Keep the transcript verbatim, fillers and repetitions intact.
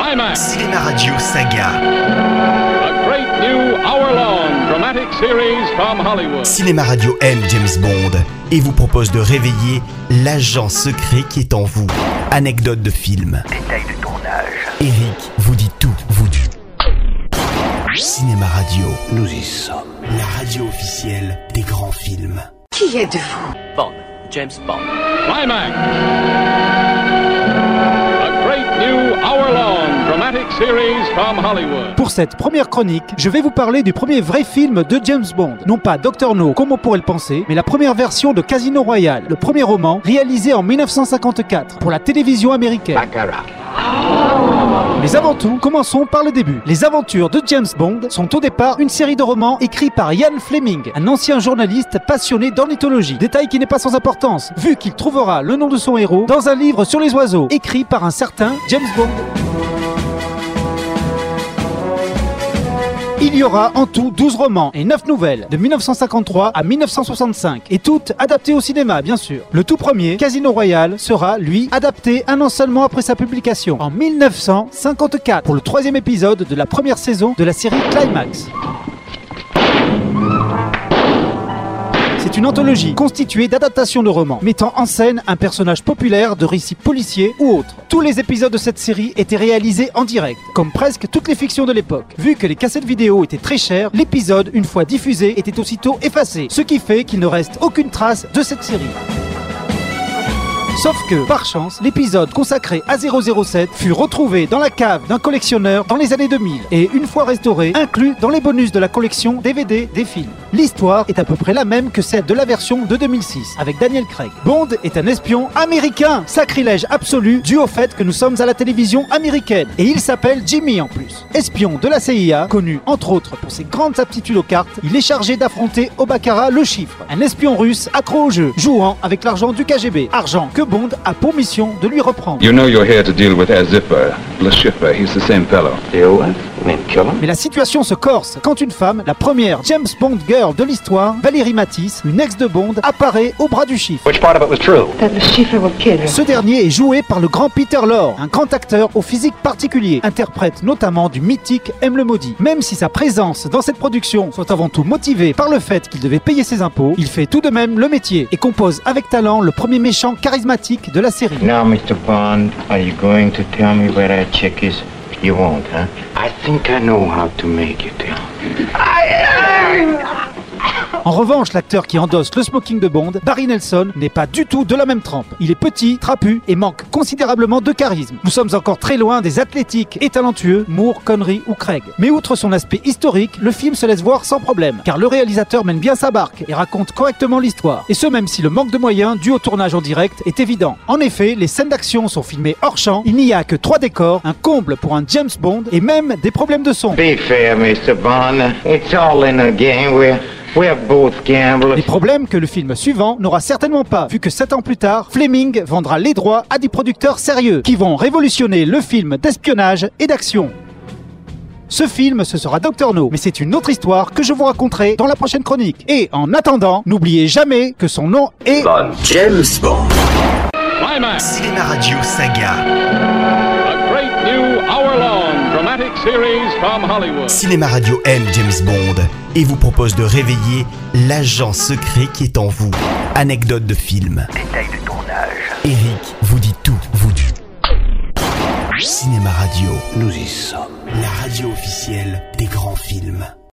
Climax. Cinéma Radio Saga. A great new hour-long dramatic series from Hollywood. Cinéma Radio aime James Bond et vous propose de réveiller l'agent secret qui est en vous. Anecdotes de film. Détails de tournage. Eric vous dit tout, vous dit. Cinéma Radio. Nous y sommes. La radio officielle des grands films. Qui êtes-vous? Bond. James Bond. Climax. A great new hour-long dramatic series from Hollywood. Pour cette première chronique, je vais vous parler du premier vrai film de James Bond. Non pas docteur No, comme on pourrait le penser, mais la première version de Casino Royale, le premier roman réalisé en dix-neuf cent cinquante-quatre pour la télévision américaine. Baccarat. Mais avant tout, commençons par le début. Les aventures de James Bond sont au départ une série de romans écrits par Ian Fleming, un ancien journaliste passionné d'ornithologie. Détail qui n'est pas sans importance, vu qu'il trouvera le nom de son héros dans un livre sur les oiseaux, écrit par un certain James Bond. Il y aura en tout douze romans et neuf nouvelles, de dix-neuf cent cinquante-trois à dix-neuf cent soixante-cinq, et toutes adaptées au cinéma, bien sûr. Le tout premier, Casino Royale, sera, lui, adapté un an seulement après sa publication, en dix-neuf cent cinquante-quatre, pour le troisième épisode de la première saison de la série Climax. C'est une anthologie constituée d'adaptations de romans, mettant en scène un personnage populaire de récits policiers ou autres. Tous les épisodes de cette série étaient réalisés en direct, comme presque toutes les fictions de l'époque. Vu que les cassettes vidéo étaient très chères, l'épisode, une fois diffusé, était aussitôt effacé, ce qui fait qu'il ne reste aucune trace de cette série. Sauf que, par chance, l'épisode consacré à zéro zéro sept fut retrouvé dans la cave d'un collectionneur dans les années deux mille et, une fois restauré, inclus dans les bonus de la collection D V D des films. L'histoire est à peu près la même que celle de la version de deux mille six, avec Daniel Craig. Bond est un espion américain, sacrilège absolu dû au fait que nous sommes à la télévision américaine, et il s'appelle Jimmy en plus. Espion de la C I A, connu entre autres pour ses grandes aptitudes aux cartes, il est chargé d'affronter au baccarat le chiffre, un espion russe accro au jeu, jouant avec l'argent du K G B, argent que Bond a pour mission de lui reprendre. You know you're here to deal with Azipper. Le Schiffer, he's the same fellow. Deal with? I mean, kill him? Mais la situation se corse quand une femme, la première James Bond girl de l'histoire, Valérie Matisse, une ex de Bond, apparaît au bras du chiffre. Which part of it was true? That the Schiffer will kill her. Ce dernier est joué par le grand Peter Lorre, un grand acteur au physique particulier, interprète notamment du mythique M. le Maudit. Même si sa présence dans cette production soit avant tout motivée par le fait qu'il devait payer ses impôts, il fait tout de même le métier et compose avec talent le premier méchant charismatique de la série. Now, Mister Bond, are you going to tell me where that chick is? You won't, huh? I think I know how to make you tell. En revanche, l'acteur qui endosse le smoking de Bond, Barry Nelson, n'est pas du tout de la même trempe. Il est petit, trapu et manque considérablement de charisme. Nous sommes encore très loin des athlétiques et talentueux Moore, Connery ou Craig. Mais outre son aspect historique, le film se laisse voir sans problème, car le réalisateur mène bien sa barque et raconte correctement l'histoire. Et ce même si le manque de moyens dû au tournage en direct est évident. En effet, les scènes d'action sont filmées hors champ, il n'y a que trois décors, un comble pour un James Bond et même des problèmes de son. Be fair, Mister Bond. It's all in a game. We're, we're both gamblers. Des problèmes que le film suivant n'aura certainement pas, vu que sept ans plus tard, Fleming vendra les droits à des producteurs sérieux, qui vont révolutionner le film d'espionnage et d'action. Ce film, ce sera docteur No, mais c'est une autre histoire que je vous raconterai dans la prochaine chronique. Et en attendant, n'oubliez jamais que son nom est... Bond. James Bond. Climax. Cinéma Radio Saga. A great new hour-long dramatic series from Hollywood. Cinéma Radio aime James Bond et vous propose de réveiller l'agent secret qui est en vous. Anecdotes de film. Détails de tournage. Eric vous dit tout, vous dit. Cinéma Radio, Nous y sommes. la radio officielle des grands films.